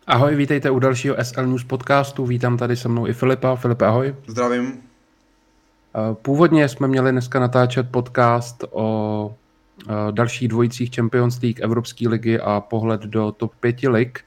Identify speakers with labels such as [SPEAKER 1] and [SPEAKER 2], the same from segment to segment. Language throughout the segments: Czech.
[SPEAKER 1] Ahoj, vítejte u dalšího SL News podcastu. Vítám tady se mnou i Filipa. Filipe, ahoj.
[SPEAKER 2] Zdravím.
[SPEAKER 1] Původně jsme měli dneska natáčet podcast o dalších dvojicích Champions League, Evropské ligy a pohled do top 5 lig.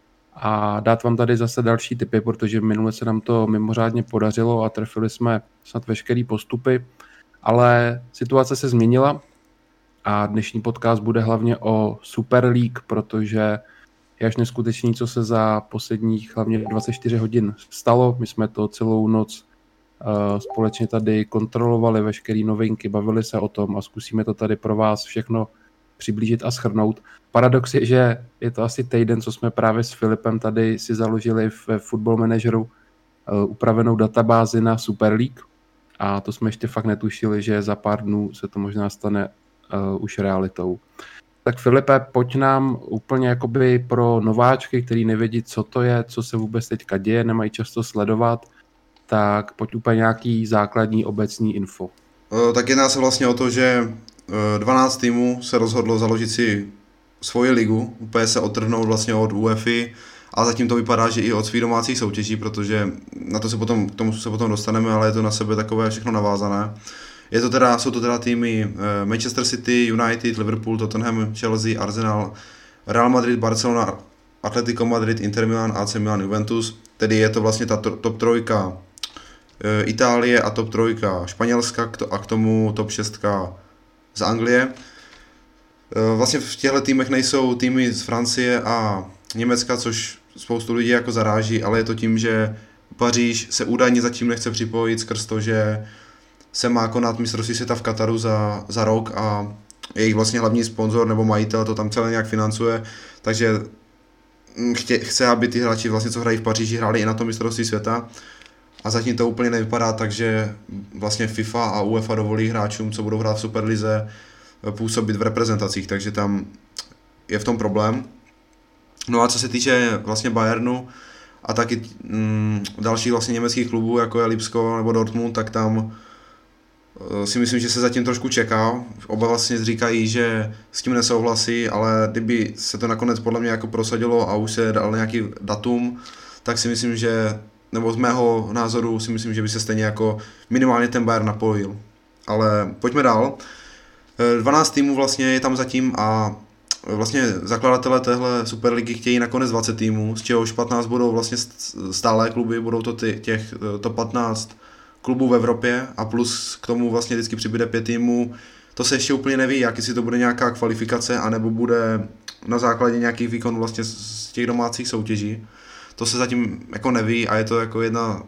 [SPEAKER 1] A dát vám tady zase další tipy, protože minule se nám to mimořádně podařilo a trefili jsme snad veškerý postupy. Ale situace se změnila a dnešní podcast bude hlavně o Super League, protože je až neskutečný, co se za posledních hlavně 24 hodin stalo. My jsme to celou noc společně tady kontrolovali veškeré novinky, bavili se o tom a zkusíme to tady pro vás všechno přiblížit a shrnout. Paradox je, že je to asi týden, co jsme právě s Filipem tady si založili v Football Manageru upravenou databázi na Super League a to jsme ještě fakt netušili, že za pár dnů se to možná stane už realitou. Tak Filipe, pojď nám úplně jakoby pro nováčky, který nevědí, co to je, co se vůbec teďka děje, nemají často sledovat, tak pojď úplně nějaký základní obecní info.
[SPEAKER 2] Tak jedná se vlastně o to, že 12 týmů se rozhodlo založit si svoji ligu, úplně se odtrhnout vlastně od UEFI a zatím to vypadá, že i od svých domácích soutěží, protože na to k tomu se potom dostaneme, ale je to na sebe takové všechno navázané. Jsou to teda týmy Manchester City, United, Liverpool, Tottenham, Chelsea, Arsenal, Real Madrid, Barcelona, Atletico Madrid, Inter Milan, AC Milan, Juventus, tedy je to vlastně ta top trojka Itálie a top 3 Španělska a k tomu top 6 z Anglie. Vlastně v těchto týmech nejsou týmy z Francie a Německa, což spoustu lidí jako zaráží, ale je to tím, že Paříž se údajně zatím nechce připojit skrz to, že se má konat mistrovství světa v Kataru za rok a jejich vlastně hlavní sponzor nebo majitel to tam celé nějak financuje, takže chce, aby ty hráči vlastně, co hrají v Paříži, hráli i na tom mistrovství světa. A zatím to úplně nevypadá tak, že vlastně FIFA a UEFA dovolí hráčům, co budou hrát v Superlize, působit v reprezentacích, takže tam je v tom problém. No a co se týče vlastně Bayernu a taky dalších vlastně německých klubů, jako je Lipsko nebo Dortmund, tak tam si myslím, že se zatím trošku čeká. Oba vlastně říkají, že s tím nesouhlasí, ale kdyby se to nakonec podle mě jako prosadilo a už se dal nějaký datum, tak si myslím, že nebo z mého názoru si myslím, že by se stejně jako minimálně ten Bayern napojil. Ale pojďme dál. 12 týmů vlastně je tam zatím a vlastně zakladatelé téhle Superligy chtějí nakonec 20 týmů, z čehož 15 budou vlastně stálé kluby, budou to těch top 15 klubů v Evropě a plus k tomu vlastně vždycky přibude 5 týmů. To se ještě úplně neví, jak jestli to bude nějaká kvalifikace, anebo bude na základě nějakých výkonů vlastně z těch domácích soutěží. To se zatím jako neví a je to jako jedna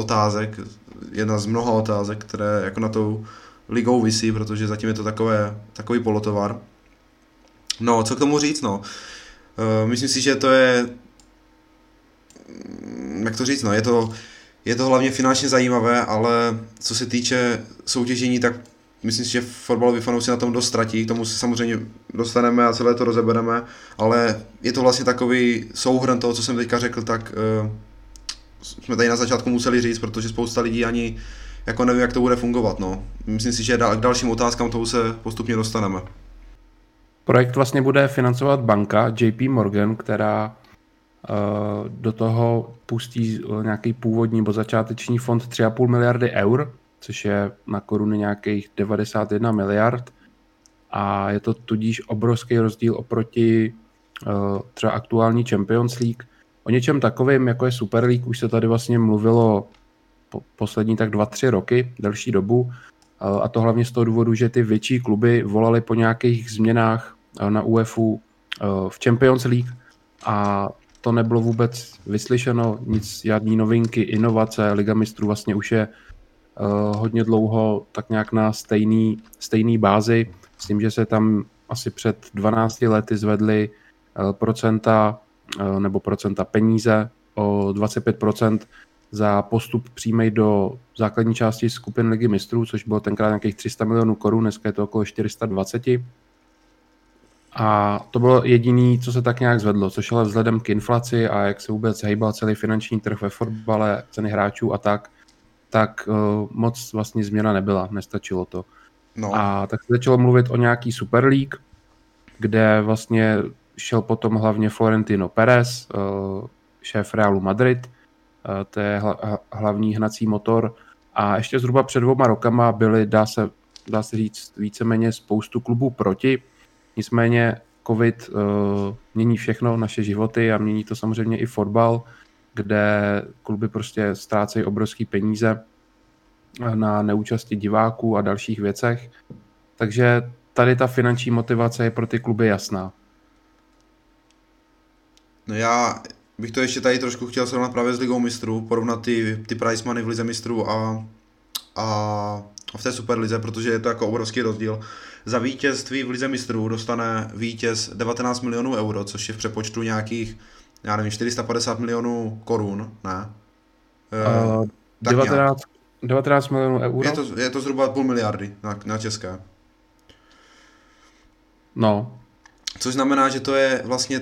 [SPEAKER 2] z mnoha otázek, které jako na tou ligou visí, protože zatím je to takový polotovar. No, co k tomu říct, no. Myslím si, že to je, jak to říct, no, je to hlavně finančně zajímavé, ale co se týče soutěžení, tak myslím si, že fotbaloví fanoušci na tom dost ztratí, k tomu se samozřejmě dostaneme a celé to rozebereme, ale je to vlastně takový souhrn toho, co jsem teďka řekl, tak jsme tady na začátku museli říct, protože spousta lidí ani jako neví, jak to bude fungovat. No. Myslím si, že k dalším otázkám toho se postupně dostaneme.
[SPEAKER 1] Projekt vlastně bude financovat banka JP Morgan, která do toho pustí nějaký původní nebo začáteční fond 3,5 miliardy eur, což je na koruny nějakých 91 miliard a je to tudíž obrovský rozdíl oproti třeba aktuální Champions League. O něčem takovým, jako je Super League, už se tady vlastně mluvilo poslední tak 2-3 roky, delší dobu a to hlavně z toho důvodu, že ty větší kluby volaly po nějakých změnách na UEFu v Champions League a to nebylo vůbec vyslyšeno, nic, žádný novinky, inovace, Liga mistrů vlastně už je hodně dlouho tak nějak na stejný bázi. S tím, že se tam asi před 12 lety zvedly procenta peníze o 25% za postup přímej do základní části skupin Ligy mistrů, což bylo tenkrát nějakých 300 milionů korun, dneska je to okolo 420. A to bylo jediné, co se tak nějak zvedlo, což ale vzhledem k inflaci a jak se vůbec hejbal celý finanční trh ve fotbale, ceny hráčů a tak moc vlastně změna nebyla, nestačilo to. No. A tak se začalo mluvit o nějaký Super League, kde vlastně šel potom hlavně Florentino Pérez, šéf Realu Madrid, to je hlavní hnací motor. A ještě zhruba před 2 rokama byly, dá se říct, víceméně spoustu klubů proti. Nicméně COVID mění všechno, naše životy a mění to samozřejmě i fotbal, kde kluby prostě ztrácejí obrovský peníze na neúčasti diváků a dalších věcech. Takže tady ta finanční motivace je pro ty kluby jasná.
[SPEAKER 2] No já bych to ještě tady trošku chtěl srovnat právě s Ligou mistrů, porovnat ty prize money v Lize mistrů a v té Superlize, protože je to jako obrovský rozdíl. Za vítězství v Lize mistrů dostane vítěz 19 milionů euro, což je v přepočtu nějakých, já nevím, 450 milionů korun, ne?
[SPEAKER 1] 19 milionů euro?
[SPEAKER 2] Je to zhruba 0,5 miliardy na české.
[SPEAKER 1] No.
[SPEAKER 2] Což znamená, že to je vlastně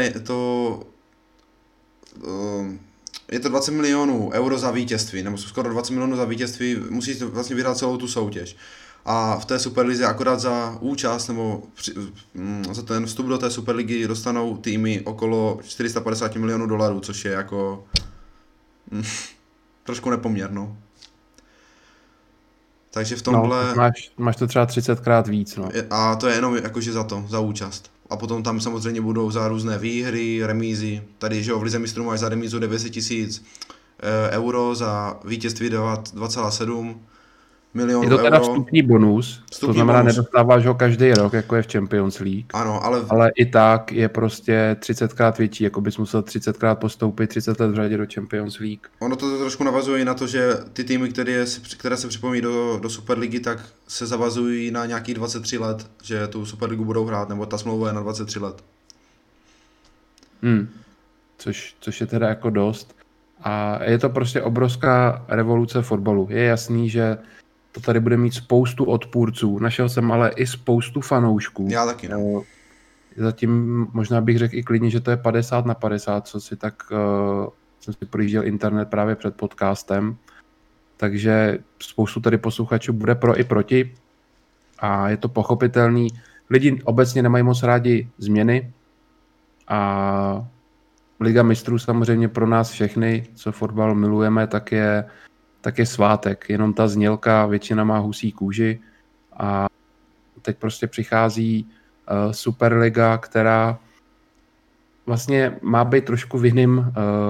[SPEAKER 2] je to 20 milionů euro za vítězství, nebo skoro 20 milionů za vítězství, musíš vlastně vyhrát celou tu soutěž. A v té Superlize akorát za účast, nebo za ten vstup do té Superligy dostanou týmy okolo 450 milionů dolarů, což je jako trošku nepoměrno. Takže v tomhle...
[SPEAKER 1] No, máš to třeba 30krát víc, no.
[SPEAKER 2] A to je jenom jakože za účast. A potom tam samozřejmě budou za různé výhry, remízy. Tady, že jo, v Lize mistrů máš za remízu 900 000 euro, za vítězství 2,7 milionů euro.
[SPEAKER 1] Je to teda vstupní bonus, to znamená, nedostáváš ho každý rok, jako je v Champions League.
[SPEAKER 2] Ano,
[SPEAKER 1] ale i tak je prostě 30krát větší, jako bys musel 30krát postoupit 30 let v řadě do Champions League.
[SPEAKER 2] Ono to trošku navazuje i na to, že ty týmy, které se připojí do Superligy, tak se zavazují na nějakých 23 let, že tu Superligu budou hrát, nebo ta smlouva je na 23 let.
[SPEAKER 1] Což je teda jako dost. A je to prostě obrovská revoluce fotbalu. Je jasný, že to tady bude mít spoustu odpůrců. Našel jsem ale i spoustu fanoušků.
[SPEAKER 2] Já taky, no.
[SPEAKER 1] Zatím možná bych řekl i klidně, že to je 50/50, co si tak jsem si projížděl internet právě před podcastem. Takže spoustu tady posluchačů bude pro i proti. A je to pochopitelný. Lidi obecně nemají moc rádi změny. A Liga mistrů samozřejmě pro nás všechny, co fotbal milujeme, tak je svátek. Jenom ta znělka, většina má husí kůži a teď prostě přichází Superliga, která vlastně má být trošku v jiným,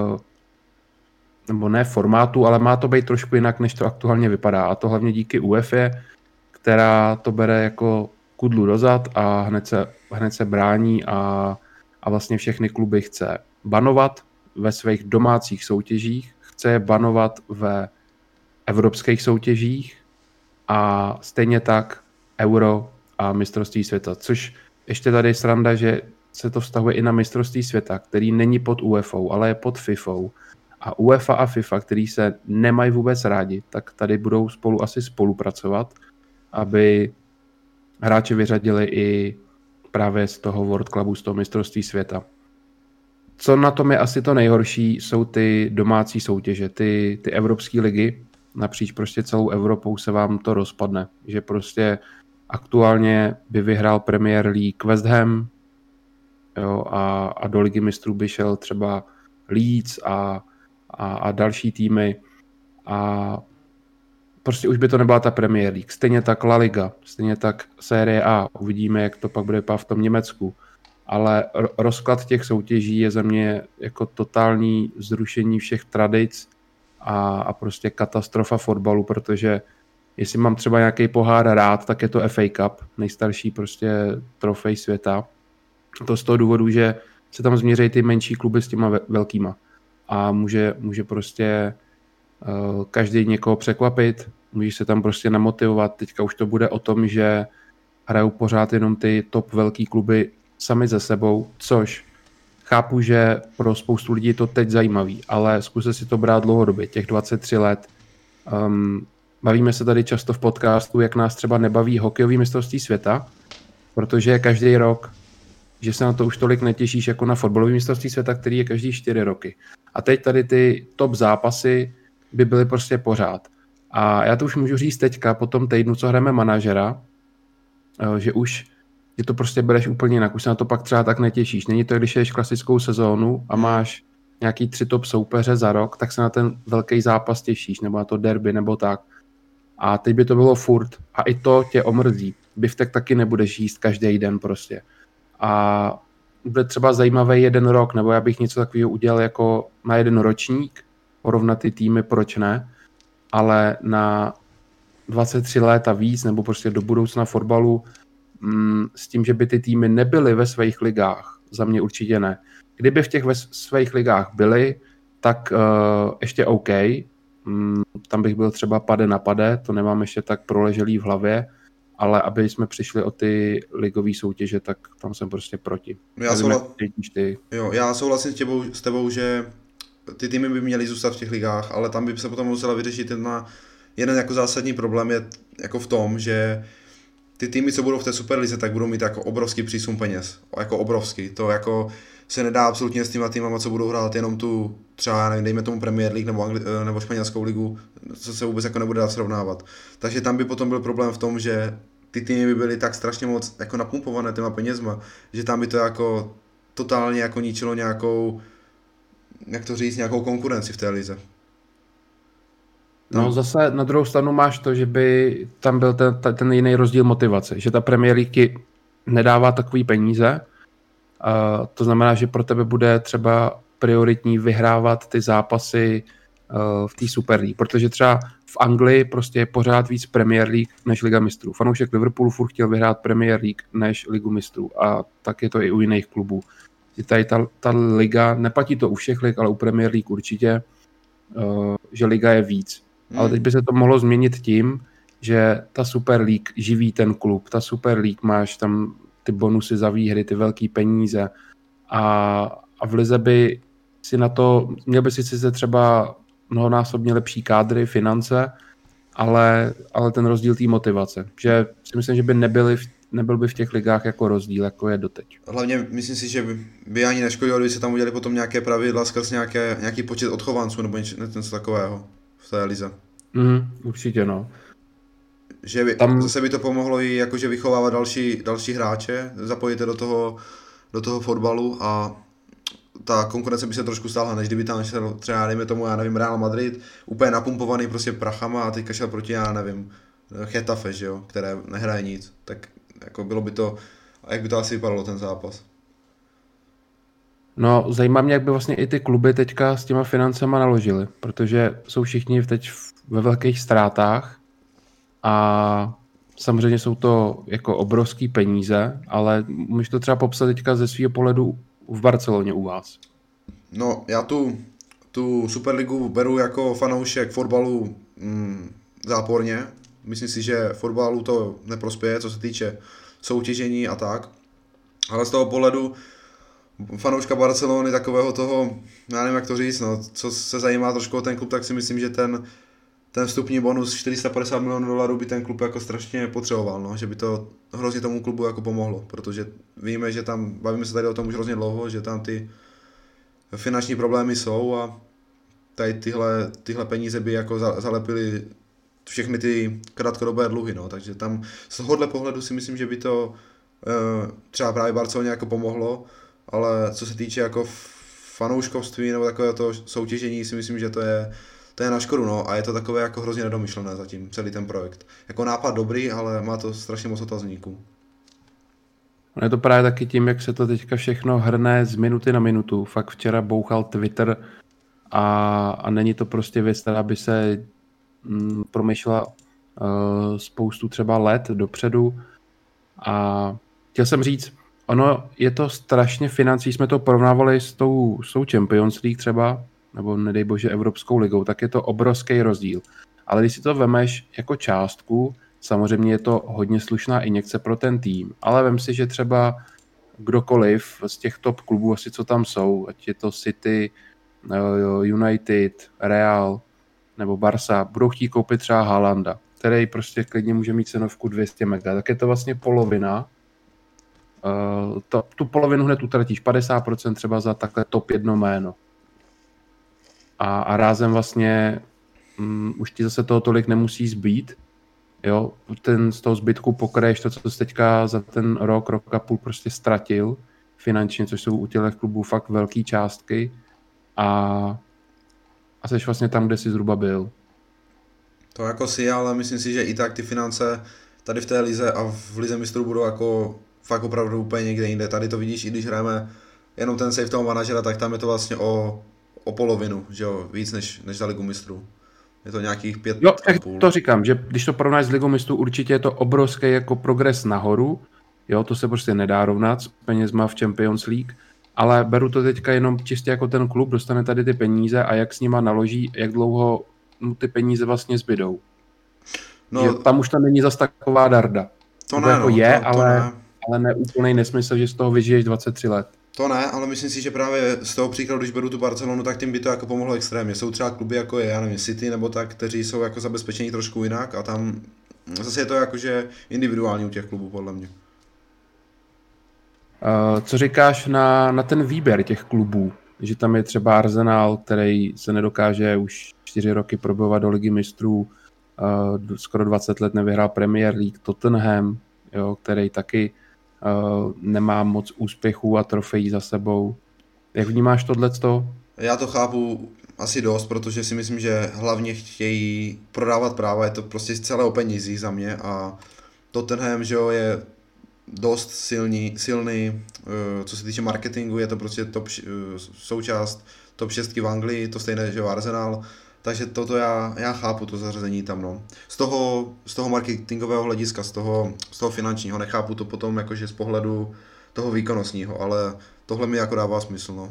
[SPEAKER 1] nebo ne formátu, ale má to být trošku jinak, než to aktuálně vypadá. A to hlavně díky UEFA, která to bere jako kudlu dozad a hned se brání a vlastně všechny kluby chce banovat ve svých domácích soutěžích, chce je banovat ve evropských soutěžích a stejně tak Euro a mistrovství světa, což ještě tady je sranda, že se to vztahuje i na mistrovství světa, který není pod UEFou, ale je pod FIFou. A UEFA a FIFA, který se nemají vůbec rádi, tak tady budou spolu asi spolupracovat, aby hráči vyřadili i právě z toho World Clubu, z toho mistrovství světa. Co na tom je asi to nejhorší, jsou ty domácí soutěže, ty evropské ligy. Napříč prostě celou Evropou se vám to rozpadne, že prostě aktuálně by vyhrál Premier League West Ham, jo, a do Ligy mistrů by šel třeba Leeds a další týmy a prostě už by to nebyla ta Premier League. Stejně tak La Liga, stejně tak Serie A. Uvidíme, jak to pak bude vypadat v tom Německu. Ale rozklad těch soutěží je za mě jako totální zrušení všech tradic a prostě katastrofa fotbalu, protože jestli mám třeba nějaký pohár rád, tak je to FA Cup, nejstarší prostě trofej světa. To z toho důvodu, že se tam změří ty menší kluby s těma velkýma. A může prostě každý někoho překvapit, můžeš se tam prostě namotivovat. Teďka už to bude o tom, že hrajou pořád jenom ty top velký kluby sami ze sebou, což chápu, že pro spoustu lidí je to teď zajímavý, ale zkuste si to brát dlouhodobě, těch 23 let. Bavíme se tady často v podcastu, jak nás třeba nebaví hokejový mistrovství světa, protože je každý rok, že se na to už tolik netěšíš jako na fotbalový mistrovství světa, který je každý 4 roky. A teď tady ty top zápasy by byly prostě pořád. A já to už můžu říct teďka, po tom týdnu, co hrajeme manažera, že to prostě bereš úplně jinak, už se na to pak třeba tak netěšíš. Není to, když jdeš klasickou sezónu a máš nějaký 3 top soupeře za rok, tak se na ten velký zápas těšíš, nebo na to derby, nebo tak. A teď by to bylo furt. A i to tě omrzí. Biftek taky nebudeš jíst každý den prostě. A bude třeba zajímavý jeden rok, nebo já bych něco takového udělal jako na jeden ročník, porovnat ty týmy, proč ne, ale na 23 let a víc, nebo prostě do budoucna fotbalu, s tím, že by ty týmy nebyly ve svých ligách, za mě určitě ne. Kdyby v těch ve svých ligách byly, tak ještě OK, tam bych byl třeba pade na pade, to nemám ještě tak proleželý v hlavě, ale aby jsme přišli o ty ligové soutěže, tak tam jsem prostě proti.
[SPEAKER 2] Já souhlasím s tebou, že ty týmy by měly zůstat v těch ligách, ale tam by se potom musela vyřešit jeden jako zásadní problém je jako v tom, že ty týmy, co budou v té Superlize, tak budou mít jako obrovský přísun peněz. Jako obrovský. To jako se nedá absolutně s těma týmama, co budou hrát jenom tu třeba, nevím, dejme tomu Premier League nebo španělskou ligu, co se vůbec jako nebude dát srovnávat. Takže tam by potom byl problém v tom, že ty týmy by byly tak strašně moc jako napumpované těma penězma, že tam by to jako totálně jako ničilo nějakou, jak to říct, nějakou konkurenci v té lize.
[SPEAKER 1] No zase na druhou stranu máš to, že by tam byl ten jiný rozdíl motivace, že ta Premier League ti nedává takový peníze, to znamená, že pro tebe bude třeba prioritní vyhrávat ty zápasy v té Super League, protože třeba v Anglii prostě je pořád víc Premier League než Liga mistrů. Fanoušek Liverpoolu furt chtěl vyhrát Premier League než Ligu mistrů a tak je to i u jiných klubů. Tady ta liga, neplatí to u všech lig, ale u Premier League určitě, že liga je víc. Ale teď by se to mohlo změnit tím, že ta Super League živí ten klub. Ta Super League máš tam ty bonusy za výhry, ty velký peníze a v lize by si na to, měl by si sice třeba mnohonásobně lepší kádry, finance, ale ten rozdíl té motivace. Že si myslím, že by nebyl by v těch ligách jako rozdíl, jako je doteď.
[SPEAKER 2] Hlavně myslím si, že by ani neškodilo, kdyby se tam udělali potom nějaké pravidla skrz nějaký počet odchovanců nebo něco takového v té lize.
[SPEAKER 1] Určitě, no.
[SPEAKER 2] Že zase by to pomohlo i jakože vychovávat další hráče, zapojit do toho fotbalu a ta konkurence by se trošku stáhla, než kdyby tam šel třeba, dejme tomu, já nevím, Real Madrid, úplně napumpovaný prostě prachama a teďka šel proti, já nevím, Getafe, že jo, které nehraje nic, tak jako bylo by to, jak by to asi vypadalo ten zápas?
[SPEAKER 1] No, zajímá mě, jak by vlastně i ty kluby teďka s těma financema naložili, protože jsou všichni teď ve velkých ztrátách a samozřejmě jsou to jako obrovský peníze, ale můžeš to třeba popsat teďka ze svého pohledu v Barceloně u vás.
[SPEAKER 2] No, já tu Superligu beru jako fanoušek fotbalu záporně. Myslím si, že fotbalu to neprospěje, co se týče soutěžení a tak. Ale z toho pohledu fanouška Barcelony, takového toho, já nevím, jak to říct, no, co se zajímá trošku o ten klub, tak si myslím, že ten vstupní bonus 450 milionů dolarů by ten klub jako strašně potřeboval, no, že by to hrozně tomu klubu jako pomohlo, protože víme, že tam, bavíme se tady o tom už hrozně dlouho, že tam ty finanční problémy jsou a tady tyhle peníze by jako zalepily všechny ty krátkodobé dluhy, no, takže tam z tohohle pohledu si myslím, že by to třeba právě Barceloně jako pomohlo, ale co se týče jako fanouškovství nebo takového to soutěžení, si myslím, že to je na škodu, no, a je to takové jako hrozně nedomyšlené zatím, celý ten projekt. Jako nápad dobrý, ale má to strašně moc otazníků.
[SPEAKER 1] Je to právě taky tím, jak se to teďka všechno hrne z minuty na minutu. Fakt včera bouchal Twitter a není to prostě věc, která by se promýšlela spoustu třeba let dopředu. A chtěl jsem říct, ono je to strašně financí, jsme to porovnávali s tou Champions League třeba, nebo nedej bože Evropskou ligou, tak je to obrovský rozdíl. Ale když si to vemeš jako částku, samozřejmě je to hodně slušná injekce pro ten tým, ale vem si, že třeba kdokoliv z těch top klubů, asi co tam jsou, ať je to City, United, Real nebo Barca, budou chtít koupit třeba Haalanda, který prostě klidně může mít cenovku 200 mega, tak je to vlastně polovina. Tu polovinu hned utratíš, 50% třeba za takhle top 1 jméno. A rázem vlastně už ti zase toho tolik nemusí zbýt. Jo, z toho zbytku pokraješ to, co jsi teďka za ten rok a půl prostě ztratil finančně, což jsou u těchto klubů fakt velký částky. a jsi vlastně tam, kde jsi zhruba byl.
[SPEAKER 2] To jako si, ale myslím si, že i tak ty finance tady v té lize a v lize mistrů budou jako fakt opravdu úplně někde jinde. Tady to vidíš, i když hrajeme jenom ten save toho manažera, tak tam je to vlastně o polovinu, že jo, víc než za ligu mistrů. Je to nějakých 5,5.
[SPEAKER 1] To říkám, že když to porovnáš s ligou mistrů, určitě je to obrovský jako progres nahoru, jo, to se prostě nedá rovnat s penězma v Champions League, ale beru to teďka jenom čistě jako ten klub, dostane tady ty peníze a jak s nima naloží, jak dlouho mu ty peníze vlastně zbydou. No, že tam už to není zas taková darda.
[SPEAKER 2] To ne,
[SPEAKER 1] jako ale ne úplný nesmysl, že z toho vyžiješ 23 let.
[SPEAKER 2] To ne, ale myslím si, že právě z toho příkladu, když beru tu Barcelonu, tak tím by to jako pomohlo extrémně. Jsou třeba kluby jako je, já nevím, City nebo tak, kteří jsou jako zabezpečení trošku jinak a tam zase je to jakože individuální u těch klubů, podle mě.
[SPEAKER 1] Co říkáš na ten výběr těch klubů? Že tam je třeba Arsenal, který se nedokáže už 4 roky probovat do ligy mistrů, skoro 20 let nevyhrál Premier League, Tottenham, jo, který taky nemá moc úspěchů a trofejí za sebou. Jak vnímáš tohleto?
[SPEAKER 2] Já to chápu asi dost, protože si myslím, že hlavně chtějí prodávat práva, je to prostě celé o penězích za mě a Tottenham, že jo, je dost silný, co se týče marketingu, je to prostě součást top 6 v Anglii, to stejné, že jo, Arsenal, takže toto já chápu, to zařazení tam, no. Z toho marketingového hlediska, z toho finančního, nechápu to potom jakože z pohledu toho výkonnostního, ale tohle mi jako dává smysl, no.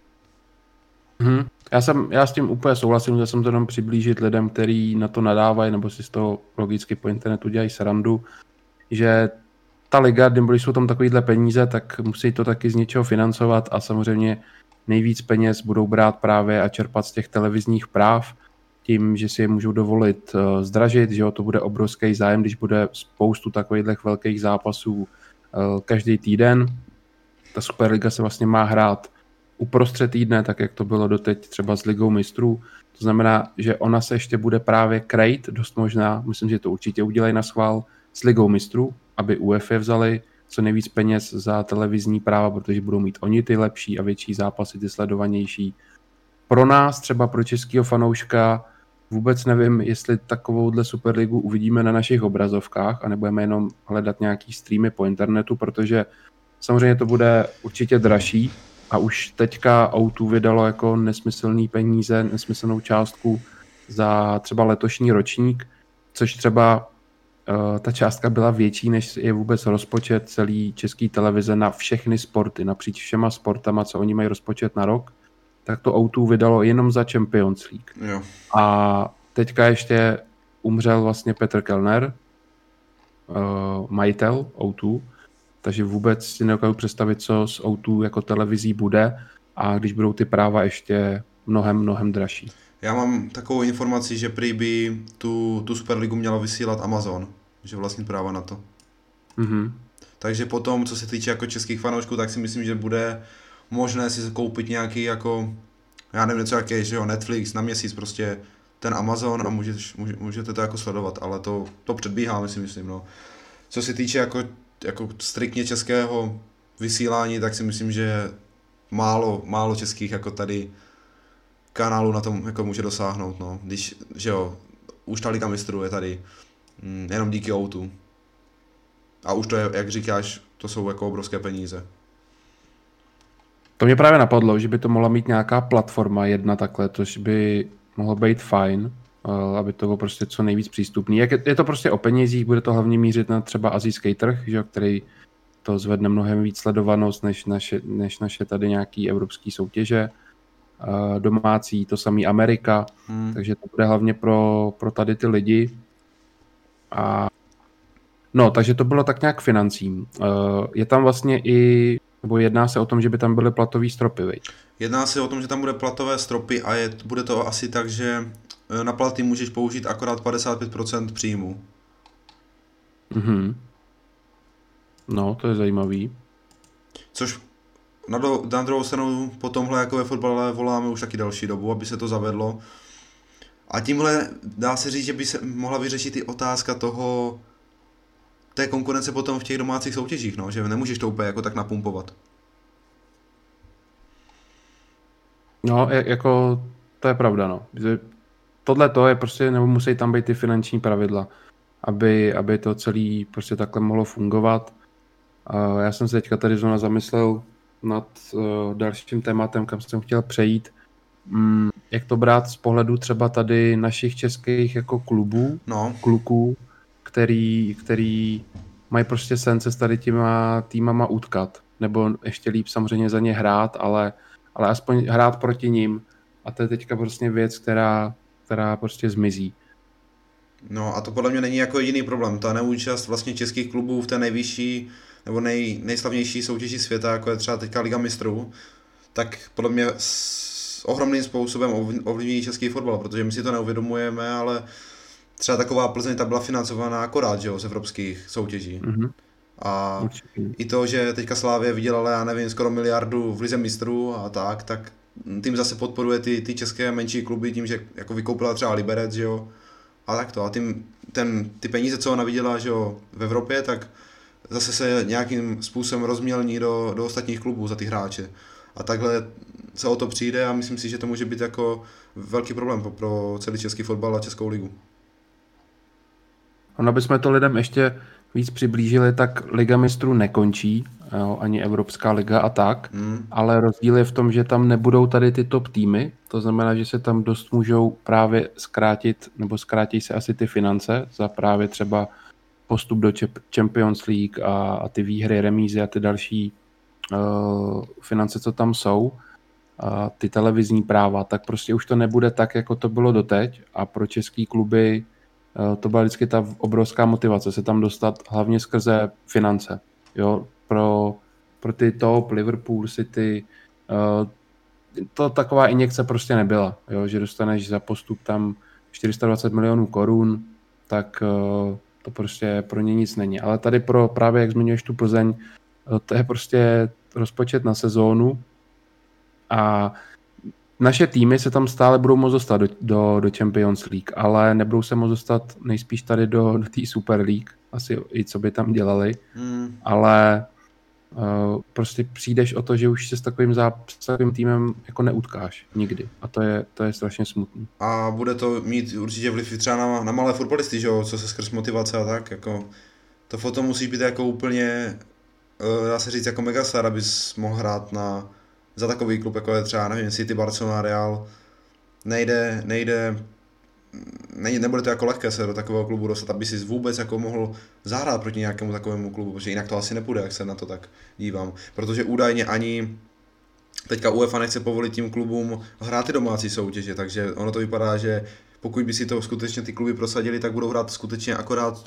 [SPEAKER 1] Já s tím úplně souhlasím, že jsem to jenom přiblížit lidem, kteří na to nadávají, nebo si z toho logicky po internetu dělají srandu, že ta liga, když jsou tam takovýhle peníze, tak musí to taky z něčeho financovat a samozřejmě nejvíc peněz budou brát právě a čerpat z těch televizních práv, tím, že si je můžou dovolit zdražit, že jo, to bude obrovský zájem, když bude spoustu takových velkých zápasů každý týden. Ta Superliga se vlastně má hrát uprostřed týdne, tak jak to bylo doteď třeba s ligou mistrů. To znamená, že ona se ještě bude právě krejt, dost možná, myslím, že to určitě udělají na schvál, s ligou mistrů, aby UEFA vzali co nejvíc peněz za televizní práva, protože budou mít oni ty lepší a větší zápasy, ty sledovanější. Pro nás, třeba pro českého fanouška, vůbec nevím, jestli takovouhle Superligu uvidíme na našich obrazovkách a nebudeme jenom hledat nějaký streamy po internetu, protože samozřejmě to bude určitě dražší a už teďka O2 vydalo jako nesmyslný peníze, nesmyslnou částku za třeba letošní ročník, což třeba ta částka byla větší, než je vůbec rozpočet celý český televize na všechny sporty, napříč všema sportama, co oni mají rozpočet na rok, tak to O2 vydalo jenom za Champions League.
[SPEAKER 2] Jo.
[SPEAKER 1] A teďka ještě umřel vlastně Petr Kellner, majitel O2, takže vůbec si nedokážu představit, co s O2 jako televizí bude a když budou ty práva ještě mnohem dražší.
[SPEAKER 2] Já mám takovou informaci, že prý by tu Superligu měla vysílat Amazon, že vlastní práva na to.
[SPEAKER 1] Mm-hmm.
[SPEAKER 2] Takže potom, co se týče jako českých fanoušků, tak si myslím, že bude možné si koupit nějaký jako, já nevím, něco jaké, že jo, Netflix na měsíc prostě ten Amazon a můžete to jako sledovat, ale to předbíháme si myslím, no. Co se týče jako striktně českého vysílání, tak si myslím, že málo českých jako tady kanálu na tom jako může dosáhnout, no. Když, že jo, už ta liga mistrů je tady jenom díky O2. A už to je, jak říkáš, to jsou jako obrovské peníze.
[SPEAKER 1] To mě právě napadlo, že by to mohla mít nějaká platforma jedna takhle, což by mohlo být fajn, aby to bylo prostě co nejvíc přístupný. Je to prostě o penězích, bude to hlavně mířit na třeba asijský trh, že, který to zvedne mnohem víc sledovanost než naše tady nějaký evropský soutěže. Domácí, to samý Amerika, takže to bude hlavně pro tady ty lidi. No, takže to bylo tak nějak financím. Je tam vlastně i, nebo jedná se o tom, že by tam byly platové stropy, viď?
[SPEAKER 2] Jedná se o tom, že tam bude platové stropy a bude to asi tak, že na platy můžeš použít akorát 55% příjmu.
[SPEAKER 1] Mhm. No, to je zajímavý.
[SPEAKER 2] Což na druhou stranu po tomhle jako ve fotbale voláme už taky další dobu, aby se to zavedlo. A tímhle dá se říct, že by se mohla vyřešit i otázka té konkurence potom v těch domácích soutěžích, no, že nemůžeš to úplně jako tak napumpovat.
[SPEAKER 1] No, jako to je pravda, no. Tohle to je prostě, nebo musí tam být ty finanční pravidla, aby to celé prostě takhle mohlo fungovat. Já jsem se teďka tady zrovna zamyslel nad dalším tématem, kam jsem chtěl přejít. Jak to brát z pohledu třeba tady našich českých jako kluků, který mají prostě sen se s tady těma týmama utkat. Nebo ještě líp samozřejmě za ně hrát, ale aspoň hrát proti ním. A to je teďka prostě věc, která prostě zmizí.
[SPEAKER 2] No a to podle mě není jako jediný problém. Ta neúčast vlastně českých klubů v té nejvyšší nebo nejslavnější soutěži světa, jako je třeba teďka Liga mistrů, tak podle mě ohromným způsobem ovlivní český fotbal, protože my si to neuvědomujeme, ale třeba taková Plzeň ta byla financovaná akorát, že jo, z evropských soutěží.
[SPEAKER 1] Mm-hmm.
[SPEAKER 2] A
[SPEAKER 1] Určitě.
[SPEAKER 2] i to, že teďka Slavia vydělala, já nevím, skoro miliardu v Lize mistrů a tak tím zase podporuje ty české menší kluby tím, že jako vykoupila třeba Liberec, že jo, a tak to. A ty peníze, co ona viděla, že jo, v Evropě, tak zase se nějakým způsobem rozmělní do ostatních klubů za ty hráče. A takhle se o to přijde a myslím si, že to může být jako velký problém pro celý český fotbal a Českou ligu.
[SPEAKER 1] Ono bychom to lidem ještě víc přiblížili, tak Liga mistrů nekončí, jo, ani Evropská liga a tak, ale rozdíl je v tom, že tam nebudou tady ty top týmy, to znamená, že se tam dost můžou právě zkrátit, nebo zkrátí se asi ty finance za právě třeba postup do Champions League a ty výhry, remízy a ty další finance, co tam jsou, a ty televizní práva, tak prostě už to nebude tak, jako to bylo doteď a pro český kluby to byla vždycky ta obrovská motivace se tam dostat hlavně skrze finance. Jo? Pro ty top, Liverpool, City, to taková injekce prostě nebyla. Jo? Že dostaneš za postup tam 420 milionů korun, tak to prostě pro ně nic není. Ale tady právě, jak zmiňuješ tu Plzeň, to je prostě rozpočet na sezónu a naše týmy se tam stále budou moct dostat do Champions League, ale nebudou se moct dostat nejspíš tady do té Super League, asi i co by tam dělali, ale prostě přijdeš o to, že už se s takovým týmem jako neutkáš nikdy a to je strašně smutný.
[SPEAKER 2] A bude to mít určitě vliv třeba na malé fotbalisty, že jo, co se skrz motivace a tak, jako to foto musí být jako úplně, dá se říct, jako megastar, abys mohl hrát za takový klub, jako je třeba, nevím, City, Barcelona, Real. Nebude to jako lehké se do takového klubu dostat, aby si vůbec jako mohl zahrát proti nějakému takovému klubu, protože jinak to asi nepůjde, jak se na to tak dívám. Protože údajně ani teďka UEFA nechce povolit tím klubům hrát ty domácí soutěže, takže ono to vypadá, že pokud by si to skutečně ty kluby prosadili, tak budou hrát skutečně akorát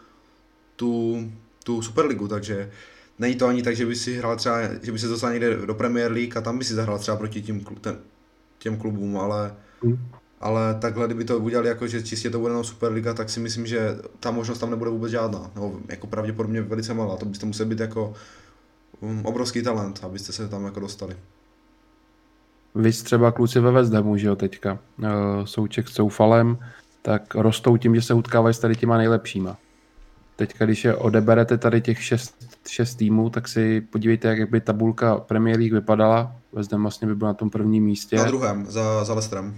[SPEAKER 2] tu Superligu, takže není to ani tak, že by si hrál třeba, že by se dostal někde do Premier League a tam by si zahrál třeba proti těm klubům, ale takhle, kdyby to udělali jako, že čistě to bude jenom Superliga, tak si myslím, že ta možnost tam nebude vůbec žádná, no, jako pravděpodobně velice malá, to byste museli být jako obrovský talent, abyste se tam jako dostali.
[SPEAKER 1] Víc třeba kluci ve West Hamu, že jo, teďka, Souček s Soufalem, tak rostou tím, že se utkávají s tady těma nejlepšíma. Teďka, když je odeberete tady těch 6 týmů, tak si podívejte, jak by tabulka Premier League vypadala. West Ham vlastně by byl na tom prvním místě.
[SPEAKER 2] Na druhém, za Leicesterem.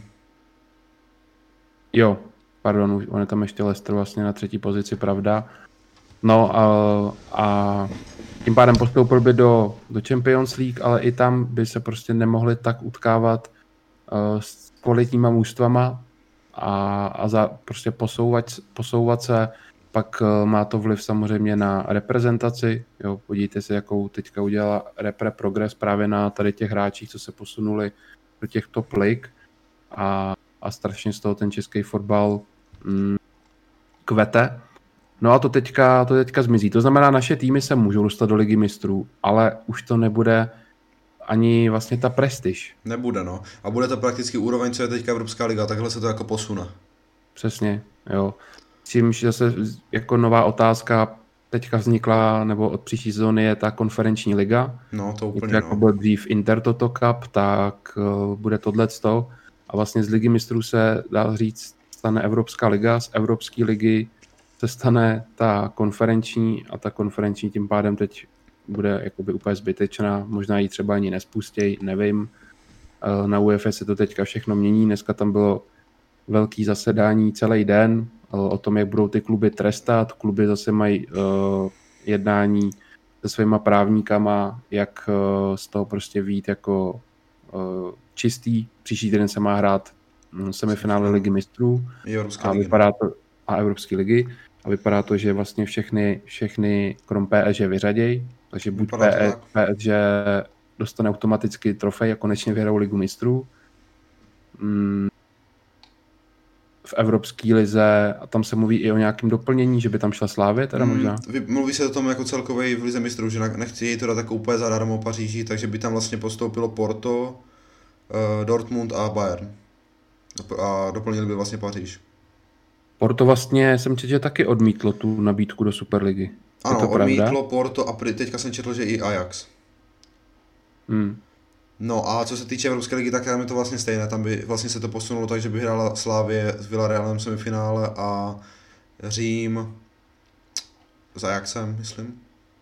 [SPEAKER 1] Jo, pardon, on je tam ještě Leicester vlastně na 3. pozici, pravda. No a tím pádem postoupil by do Champions League, ale i tam by se prostě nemohli tak utkávat s kvalitníma mužstvama a prostě posouvat se. Pak má to vliv samozřejmě na reprezentaci. Jo, podívejte se, jakou teďka udělala Repre Progress právě na tady těch hráčích, co se posunuli do těch top lig a strašně z toho ten český fotbal kvete. No a to teďka zmizí. To znamená, naše týmy se můžou dostat do Ligy mistrů, ale už to nebude ani vlastně ta prestiž.
[SPEAKER 2] Nebude, no. A bude to prakticky úroveň, co je teďka Evropská liga, takhle se to jako posune.
[SPEAKER 1] Přesně, jo. Čímž zase jako nová otázka teďka vznikla, nebo od příští sezóny je ta konferenční liga.
[SPEAKER 2] No, to úplně,
[SPEAKER 1] jako byl dřív Intertoto Cup, tak bude tohleto. A vlastně z Ligy mistrů se, dá říct, stane Evropská liga, z Evropské ligy se stane ta konferenční a ta konferenční tím pádem teď bude jakoby úplně zbytečná, možná ji třeba ani nespustěj, nevím. Na UEFA se to teďka všechno mění. Dneska tam bylo velký zasedání celý den o tom, jak budou ty kluby trestat. Kluby zase mají jednání se svýma právníkama, jak z toho prostě vyjít jako čistý. Příští týden se má hrát semifinále Ligy mistrů a Evropské ligy. A vypadá to, že vlastně všechny krom PSG vyřadějí. Takže buď PSG dostane automaticky trofej a konečně vyhrajou Ligu mistrů. V Evropské lize, a tam se mluví i o nějakém doplnění, že by tam šla Slavie, teda možná?
[SPEAKER 2] Mluví se o tom jako celkově v Lize mistrů, že nechci to dát jako úplně zadarmo Paříži, takže by tam vlastně postoupilo Porto, Dortmund a Bayern. A doplnili by vlastně Paříž.
[SPEAKER 1] Porto vlastně jsem četl, že taky odmítlo tu nabídku do Superligy.
[SPEAKER 2] Ano, odmítlo Porto a teďka jsem četl, že i Ajax. No a co se týče Evropské ligy, tak tam je to vlastně stejné, tam by vlastně se to posunulo tak, že by hrála Slavie s Villarrealem v semifinále a Řím s Ajaxem, myslím.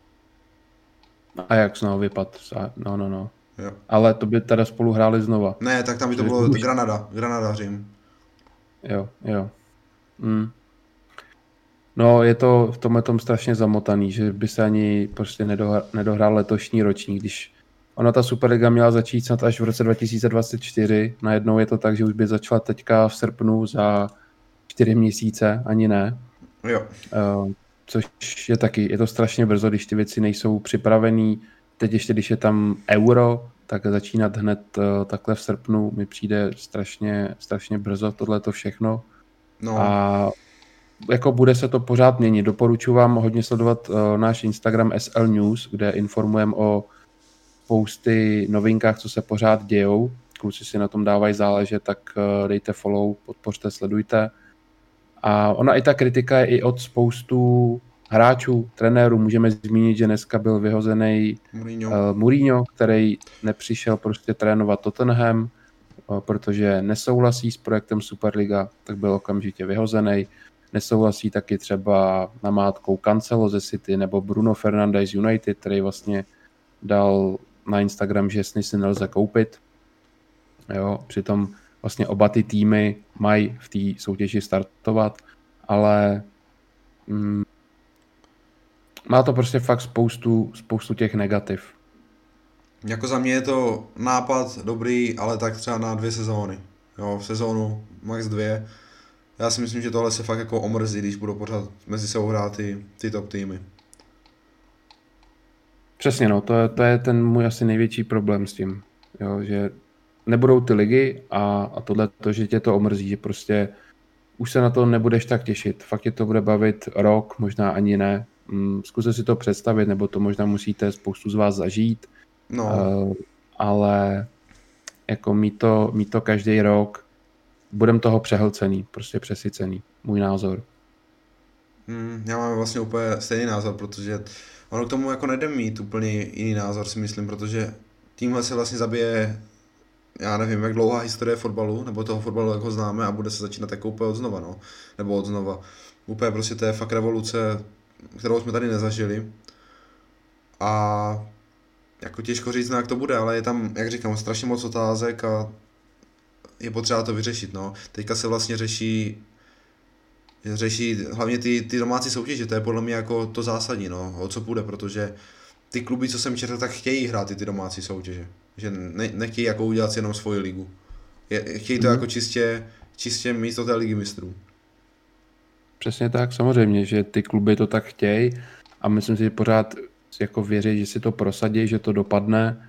[SPEAKER 1] Ajax, vypad, no.
[SPEAKER 2] Jo.
[SPEAKER 1] Ale to by teda spolu hráli znova.
[SPEAKER 2] Ne, tak tam by to bylo Granada, Řím.
[SPEAKER 1] Jo. No, je to v tomhle tom strašně zamotaný, že by se ani prostě nedohrál letošní ročník, když ona ta Superliga měla začít snad až v roce 2024, najednou je to tak, že už by začala teďka v srpnu za 4 měsíce, ani ne.
[SPEAKER 2] Jo.
[SPEAKER 1] Což je to strašně brzo, když ty věci nejsou připravený. Teď ještě, když je tam euro, tak začínat hned takhle v srpnu mi přijde strašně brzo tohleto všechno.
[SPEAKER 2] No.
[SPEAKER 1] A jako bude se to pořád měnit. Doporučuji vám hodně sledovat náš Instagram SL News, kde informujeme o spousty novinkách, co se pořád dějou. Kluci si na tom dávají záležet, tak dejte follow, podpořte, sledujte. A ona i ta kritika je i od spoustu hráčů, trenérů. Můžeme zmínit, že dneska byl vyhozený Mourinho, který nepřišel prostě trénovat Tottenham, protože nesouhlasí s projektem Superliga, tak byl okamžitě vyhozený. Nesouhlasí taky třeba namátkou Cancelo ze City nebo Bruno Fernandes z United, který vlastně dal na Instagram, že si nelze koupit. Jo, přitom vlastně oba ty týmy mají v té soutěži startovat, ale má to prostě fakt spoustu těch negativ.
[SPEAKER 2] Jako za mě je to nápad dobrý, ale tak třeba na 2 sezóny. Jo, v sezónu max 2. Já si myslím, že tohle se fakt jako omrzí, když budou pořád mezi sebou hrát ty top týmy.
[SPEAKER 1] Přesně, no, to je ten můj asi největší problém s tím, jo, že nebudou ty ligy a tohle to, že tě to omrzí, že prostě už se na to nebudeš tak těšit. Fakt tě to bude bavit rok, možná ani ne. Zkuste si to představit, nebo to možná musíte spoustu z vás zažít, ale jako mít to každý rok, budem toho přehlcený, prostě přesycený, můj názor.
[SPEAKER 2] Já mám vlastně úplně stejný názor, protože ono k tomu jako nejde mít úplně jiný názor, si myslím, protože tímhle se vlastně zabije, já nevím, jak dlouhá historie fotbalu, nebo toho fotbalu, jak ho známe, a bude se začínat jako úplně od znova, no. Nebo od znova. Úplně prostě to je fakt revoluce, kterou jsme tady nezažili. A jako těžko říct, jak to bude, ale je tam, jak říkám, strašně moc otázek a je potřeba to vyřešit, no. Teďka se vlastně řeší hlavně ty domácí soutěže, to je podle mě jako to zásadní, no, o co půjde, protože ty kluby, co jsem četl, tak chtějí hrát ty domácí soutěže, že nechtějí jako udělat si jenom svoji ligu. Chtějí to jako čistě místo té ligy mistrů.
[SPEAKER 1] Přesně tak, samozřejmě, že ty kluby to tak chtějí a myslím si, že pořád jako věří, že si to prosadí, že to dopadne.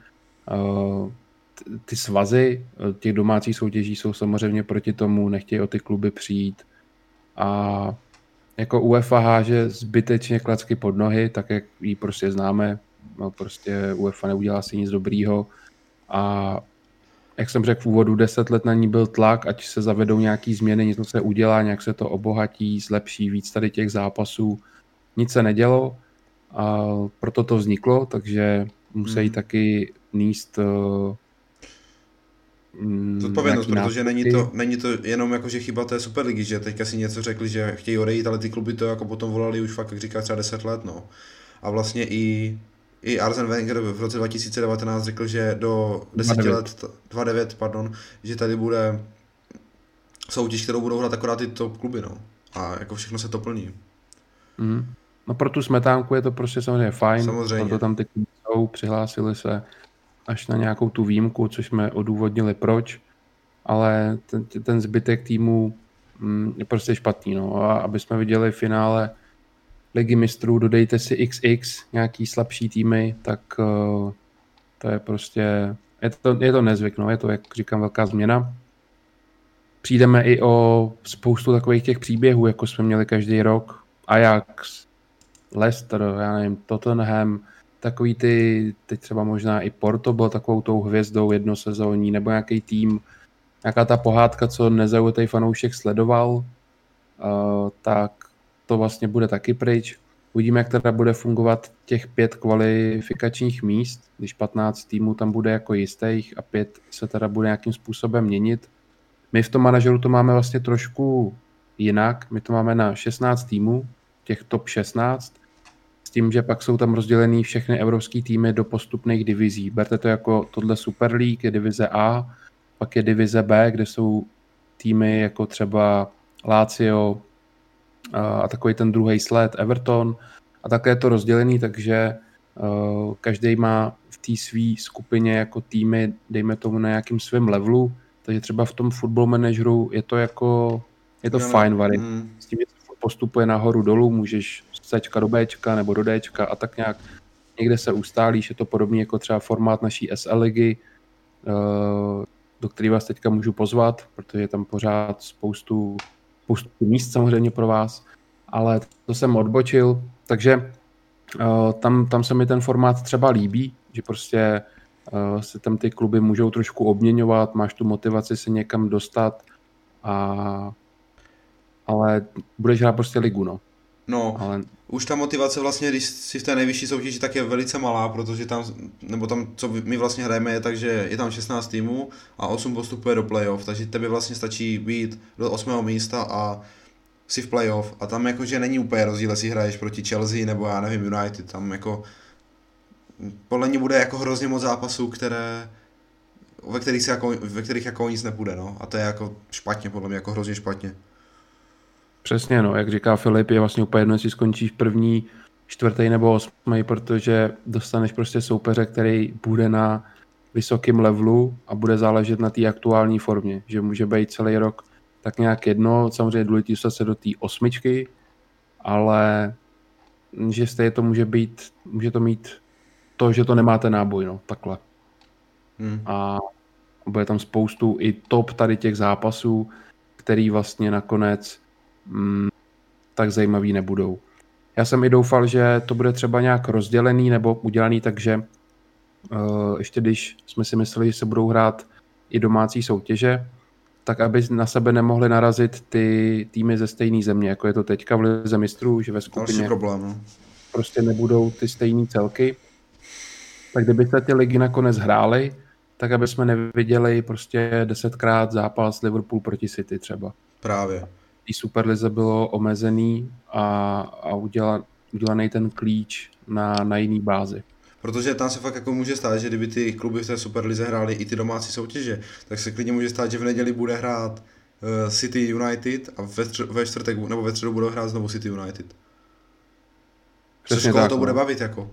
[SPEAKER 1] Ty svazy těch domácích soutěží jsou samozřejmě proti tomu, nechtějí o ty kluby přijít a jako UEFA háže zbytečně klacky pod nohy, tak jak ji prostě známe, no prostě UEFA neudělá si nic dobrýho a jak jsem řekl v úvodu, 10 let na ní byl tlak, ať se zavedou nějaký změny, něco se udělá, nějak se to obohatí, zlepší víc tady těch zápasů. Nic se nedělo a proto to vzniklo, takže musí taky níst
[SPEAKER 2] zodpovědnost, protože není to jenom jako, že chyba té Superligy, že teďka si něco řekli, že chtějí odejít, ale ty kluby to jako potom volali už fakt, jak říká, třeba 10 let, no. A vlastně i i Arsene Wenger v roce 2019 řekl, že do 10 let, 29, pardon, že tady bude soutěž, kterou budou hrát akorát ty top kluby, no. A jako všechno se to plní.
[SPEAKER 1] No pro tu smetánku je to prostě samozřejmě fajn.
[SPEAKER 2] Samozřejmě.
[SPEAKER 1] Proto tam teď jsou, přihlásili se až na nějakou tu výjimku, což jsme odůvodnili proč, ale ten zbytek týmu je prostě špatný. No. A aby jsme viděli v finále Ligy mistrů, dodejte si XX, nějaký slabší týmy, tak to je prostě, je to nezvyk, no. Je to, jak říkám, velká změna. Přijdeme i o spoustu takových těch příběhů, jako jsme měli každý rok. Ajax, Leicester, já nevím, Tottenham, takový ty, teď třeba možná i Porto byl takovou tou hvězdou jednosezónní, nebo nějaký tým, nějaká ta pohádka, co nezaujatý fanoušek sledoval, tak to vlastně bude taky pryč. Uvidíme, jak teda bude fungovat těch 5 kvalifikačních míst, když 15 týmů tam bude jako jistých a 5 se teda bude nějakým způsobem měnit. My v tom manažeru to máme vlastně trošku jinak. My to máme na 16 týmů, těch top 16, s tím, že pak jsou tam rozdělený všechny evropský týmy do postupných divizí. Berte to jako tohle Super League, je divize A, pak je divize B, kde jsou týmy jako třeba Lazio a takový ten druhý sled Everton. A také je to rozdělený, takže každý má v té své skupině jako týmy, dejme tomu na nějakým svém levelu. Takže třeba v tom Football Manageru je to fajn variant. S tím, že se postupuje nahoru dolů, můžeš z Cčka do Bčka nebo do Dčka a tak nějak někde se ustálíš. Je to podobně jako třeba formát naší SL ligy, do který vás teďka můžu pozvat, protože je tam pořád spoustu míst samozřejmě pro vás, ale to jsem odbočil, takže tam se mi ten formát třeba líbí, že prostě se tam ty kluby můžou trošku obměňovat, máš tu motivaci se někam dostat, ale budeš hrát prostě ligu, no.
[SPEAKER 2] No, ale už ta motivace vlastně, když si v té nejvyšší soutěži, tak je velice malá, protože tam, co my vlastně hrajeme, je tak, že je tam 16 týmů a 8 postupuje do playoff, takže tebe vlastně stačí být do 8. místa a si v playoff a tam jakože není úplně rozdíl, jestli hraješ proti Chelsea nebo já nevím United, tam jako podle mě bude jako hrozně moc zápasů, ve kterých jako nic nepůjde, no, a to je jako špatně, podle mě jako hrozně špatně.
[SPEAKER 1] Přesně, no, jak říká Filip, je vlastně úplně jedno, jestli skončíš první, 4. nebo 8., protože dostaneš prostě soupeře, který bude na vysokém levelu a bude záležet na té aktuální formě, že může být celý rok tak nějak jedno, samozřejmě důležité se do té 8, ale že stejně to může to mít to, že to nemáte náboj, no, takhle. A bude tam spoustu i top tady těch zápasů, který vlastně nakonec tak zajímavý nebudou. Já jsem i doufal, že to bude třeba nějak rozdělený nebo udělaný, takže ještě když jsme si mysleli, že se budou hrát i domácí soutěže, tak aby na sebe nemohli narazit ty týmy ze stejné země, jako je to teďka v Lize mistrů, že ve skupině prostě nebudou ty stejné celky. Tak kdyby se ty ligy nakonec hrály, tak aby jsme neviděli prostě 10krát zápas Liverpool proti City třeba.
[SPEAKER 2] Právě.
[SPEAKER 1] I Superlize bylo omezený a udělaný ten klíč na jiný bázi.
[SPEAKER 2] Protože tam se fakt jako může stát, že kdyby ty kluby v té Superlize hrály i ty domácí soutěže, tak se klidně může stát, že v neděli bude hrát City United a ve čtvrtek nebo ve středu budou hrát znovu City United. Přesně tak, to bude bavit jako.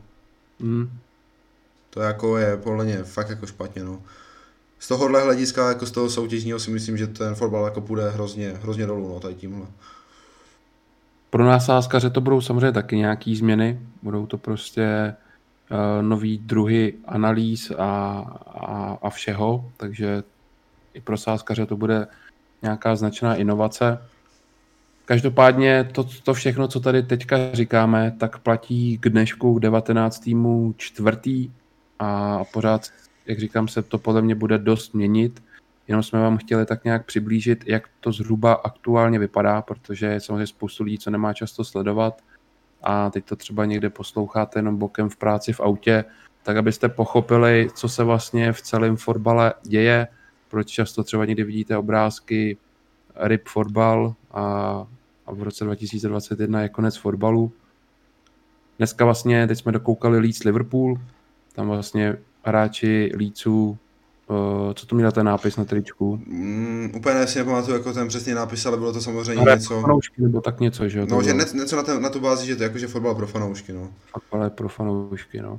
[SPEAKER 2] To jako je podle mě fakt jako špatně, no. Z tohohle hlediska, jako z toho soutěžního si myslím, že ten fotbal jako půjde hrozně dolů, no, tady tímhle.
[SPEAKER 1] Pro nás sázkaře to budou samozřejmě taky nějaký změny, budou to prostě nový druhy analýz a všeho, takže i pro sázkaře to bude nějaká značná inovace. Každopádně to všechno, co tady teďka říkáme, tak platí k dnešku 19. čtvrtý a pořád, jak říkám, se to podle mě bude dost měnit. Jenom jsme vám chtěli tak nějak přiblížit, jak to zhruba aktuálně vypadá, protože je samozřejmě spoustu lidí, co nemá často sledovat a teď to třeba někde posloucháte jenom bokem v práci v autě, tak abyste pochopili, co se vlastně v celém fotbale děje, proč často třeba někdy vidíte obrázky RIP fotbal a v roce 2021 je konec fotbalu. Dneska vlastně, teď jsme dokoukali Leeds Liverpool, tam vlastně hráči Leedsu, co to měl ten nápis na tričku?
[SPEAKER 2] Úplně si nepamatuju jako ten přesný nápis, ale bylo to samozřejmě
[SPEAKER 1] Hraje pro
[SPEAKER 2] něco,
[SPEAKER 1] fanoušky, nebo tak něco, že jo? To
[SPEAKER 2] no, že
[SPEAKER 1] bylo
[SPEAKER 2] něco na tu bázi, že to je jakože fotbal pro fanoušky, no.
[SPEAKER 1] fotbal pro fanoušky, no.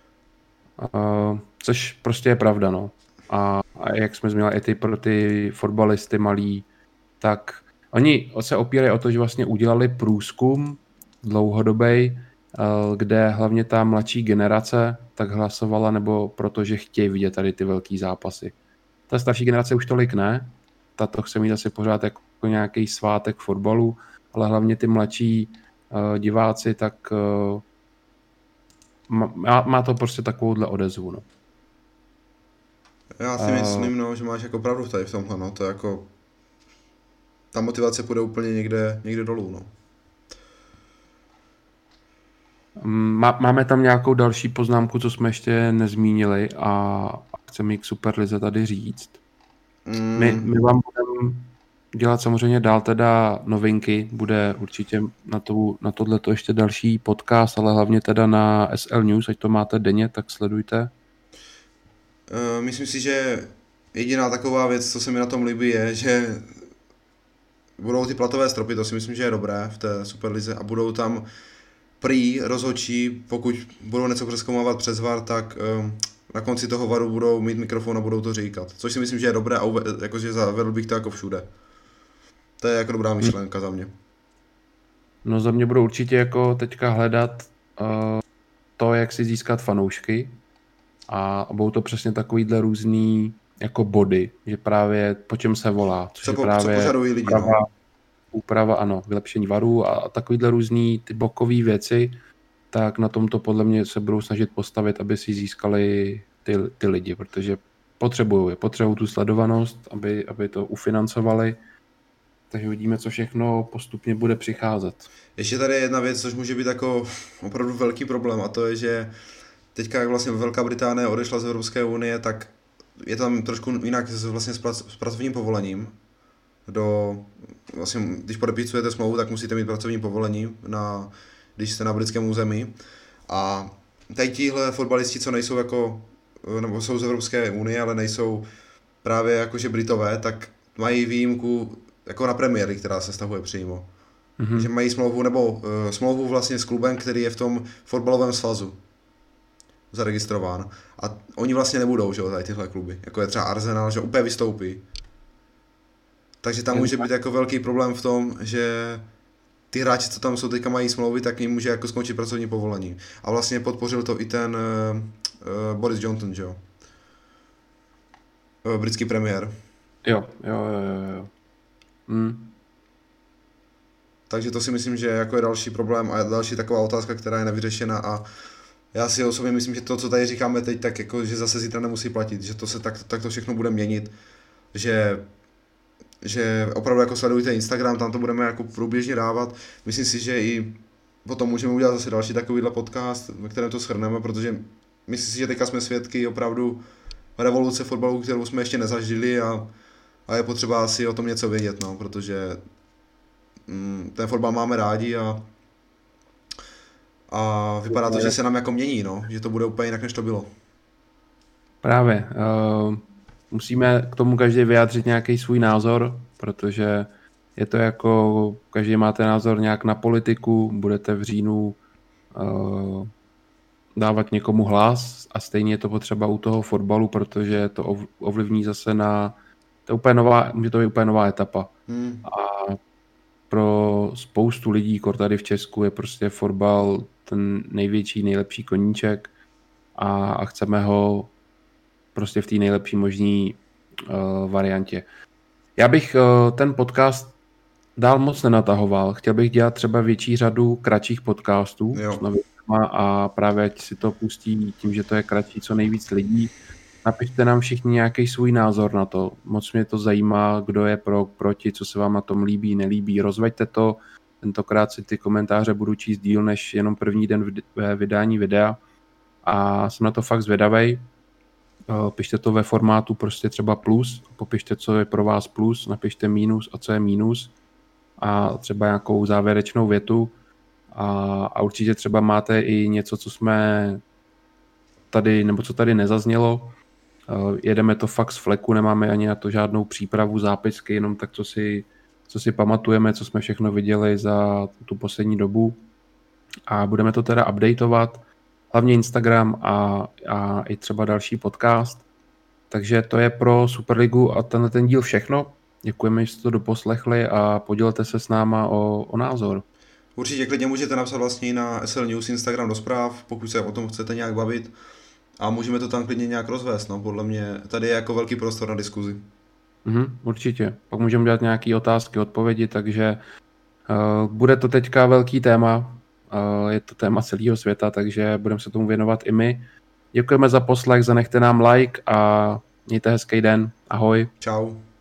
[SPEAKER 1] Což prostě je pravda, no. A jak jsme zmínili, i ty pro ty fotbalisty malí, tak oni se opírají o to, že vlastně udělali průzkum dlouhodobý, kde hlavně ta mladší generace tak hlasovala, nebo protože chtějí vidět tady ty velký zápasy. Ta starší generace už tolik ne, tato chce mít asi pořád jako nějaký svátek fotbalu, ale hlavně ty mladší diváci, tak má to prostě takovouhle odezvu. No.
[SPEAKER 2] Já si myslím, no, že máš jako pravdu tady v tomhle, no, to je jako, ta motivace půjde úplně někde dolů, no.
[SPEAKER 1] Máme tam nějakou další poznámku, co jsme ještě nezmínili a chceme ji k Superlize tady říct. My vám budeme dělat samozřejmě dál teda novinky, bude určitě na tohleto ještě další podcast, ale hlavně teda na SL News, ať to máte denně, tak sledujte.
[SPEAKER 2] Myslím si, že jediná taková věc, co se mi na tom líbí, je, že budou ty platové stropy, to si myslím, že je dobré v té Superlize a budou tam prý rozhodčí, pokud budou něco přezkoumávat přes VAR, tak na konci toho VARu budou mít mikrofon a budou to říkat. Což si myslím, že je dobré a jakože zavedl bych to jako všude. To je jako dobrá myšlenka za mě.
[SPEAKER 1] No za mě budou určitě jako teďka hledat to, jak si získat fanoušky a budou to přesně takovýhle různý jako body, že právě po čem se volá.
[SPEAKER 2] Co požadují lidi,
[SPEAKER 1] úprava, ano, vylepšení VARu a takovýhle různý ty bokové věci, tak na tomto podle mě se budou snažit postavit, aby si získali ty lidi, protože potřebují tu sledovanost, aby to ufinancovali, takže vidíme, co všechno postupně bude přicházet.
[SPEAKER 2] Ještě tady je jedna věc, což může být jako opravdu velký problém a to je, že teďka jak vlastně Velká Británie odešla z Evropské unie, tak je tam trošku jinak vlastně s pracovním povolením. Vlastně, když podepisujete smlouvu, tak musíte mít pracovní povolení, když jste na britském území. A tady tihle fotbalisti, co nejsou jako, nebo jsou z Evropské unie, ale nejsou právě jakože Britové, tak mají výjimku jako na Premier League, která se stahuje přímo. Mm-hmm. Že mají smlouvu, nebo smlouvu vlastně s klubem, který je v tom fotbalovém svazu zaregistrován. A oni vlastně nebudou, že jo, tady tyhle kluby. Jako je třeba Arsenal, že úplně vystoupí. Takže tam může být jako velký problém v tom, že ty hráči, co tam jsou teďka mají smlouvy, tak jim může jako skončit pracovní povolení. A vlastně podpořil to i ten Boris Johnson, že jo? Britský premiér.
[SPEAKER 1] Jo.
[SPEAKER 2] Takže to si myslím, že jako je další problém a další taková otázka, která je nevyřešena a já si osobně myslím, že to, co tady říkáme teď, tak jako, že zase zítra nemusí platit, že to se tak to všechno bude měnit, že opravdu jako sledujte Instagram, tam to budeme jako průběžně dávat. Myslím si, že i potom můžeme udělat zase další takovýhle podcast, ve kterém to shrneme, protože myslím si, že teďka jsme svědky opravdu revoluce fotbalu, kterou jsme ještě nezažili a je potřeba asi o tom něco vědět, no, protože ten fotbal máme rádi a vypadá to, že se nám jako mění, no, že to bude úplně jinak, než to bylo.
[SPEAKER 1] Právě. Musíme k tomu každý vyjádřit nějaký svůj názor, protože je to jako, každý máte názor nějak na politiku, budete v říjnu dávat někomu hlas a stejně je to potřeba u toho fotbalu, protože to ovlivní zase může to být úplně nová etapa. A pro spoustu lidí, tady v Česku, je prostě fotbal ten největší, nejlepší koníček a chceme ho prostě v té nejlepší možné variantě. Já bych ten podcast dál moc nenatahoval. Chtěl bych dělat třeba větší řadu kratších podcastů a právě ať si to pustí tím, že to je kratší, co nejvíc lidí. Napište nám všichni nějaký svůj názor na to. Moc mě to zajímá, kdo je pro, proti, co se vám na tom líbí, nelíbí. Rozveďte to. Tentokrát si ty komentáře budu číst díl než jenom první den vydání videa. A jsem na to fakt zvědavej. Pište to ve formátu prostě třeba plus, popište, co je pro vás plus, napište mínus a co je mínus a třeba nějakou závěrečnou větu a určitě třeba máte i něco, co jsme tady, nebo co tady nezaznělo. Jedeme to fakt z fleku, nemáme ani na to žádnou přípravu, zápisky, jenom tak, co si pamatujeme, co jsme všechno viděli za tu poslední dobu. A budeme to teda updateovat, hlavně Instagram a i třeba další podcast. Takže to je pro Superligu a ten díl všechno. Děkujeme, že jste to doposlechli a podělte se s náma o názor.
[SPEAKER 2] Určitě klidně můžete napsat vlastně na SL News Instagram do zpráv, pokud se o tom chcete nějak bavit a můžeme to tam klidně nějak rozvést. No. Podle mě tady je jako velký prostor na diskuzi.
[SPEAKER 1] Určitě. Pak můžeme dát nějaké otázky, odpovědi, takže bude to teďka velký téma. Je to téma celého světa, takže budeme se tomu věnovat i my. Děkujeme za poslech, zanechte nám like a mějte hezký den. Ahoj.
[SPEAKER 2] Čau.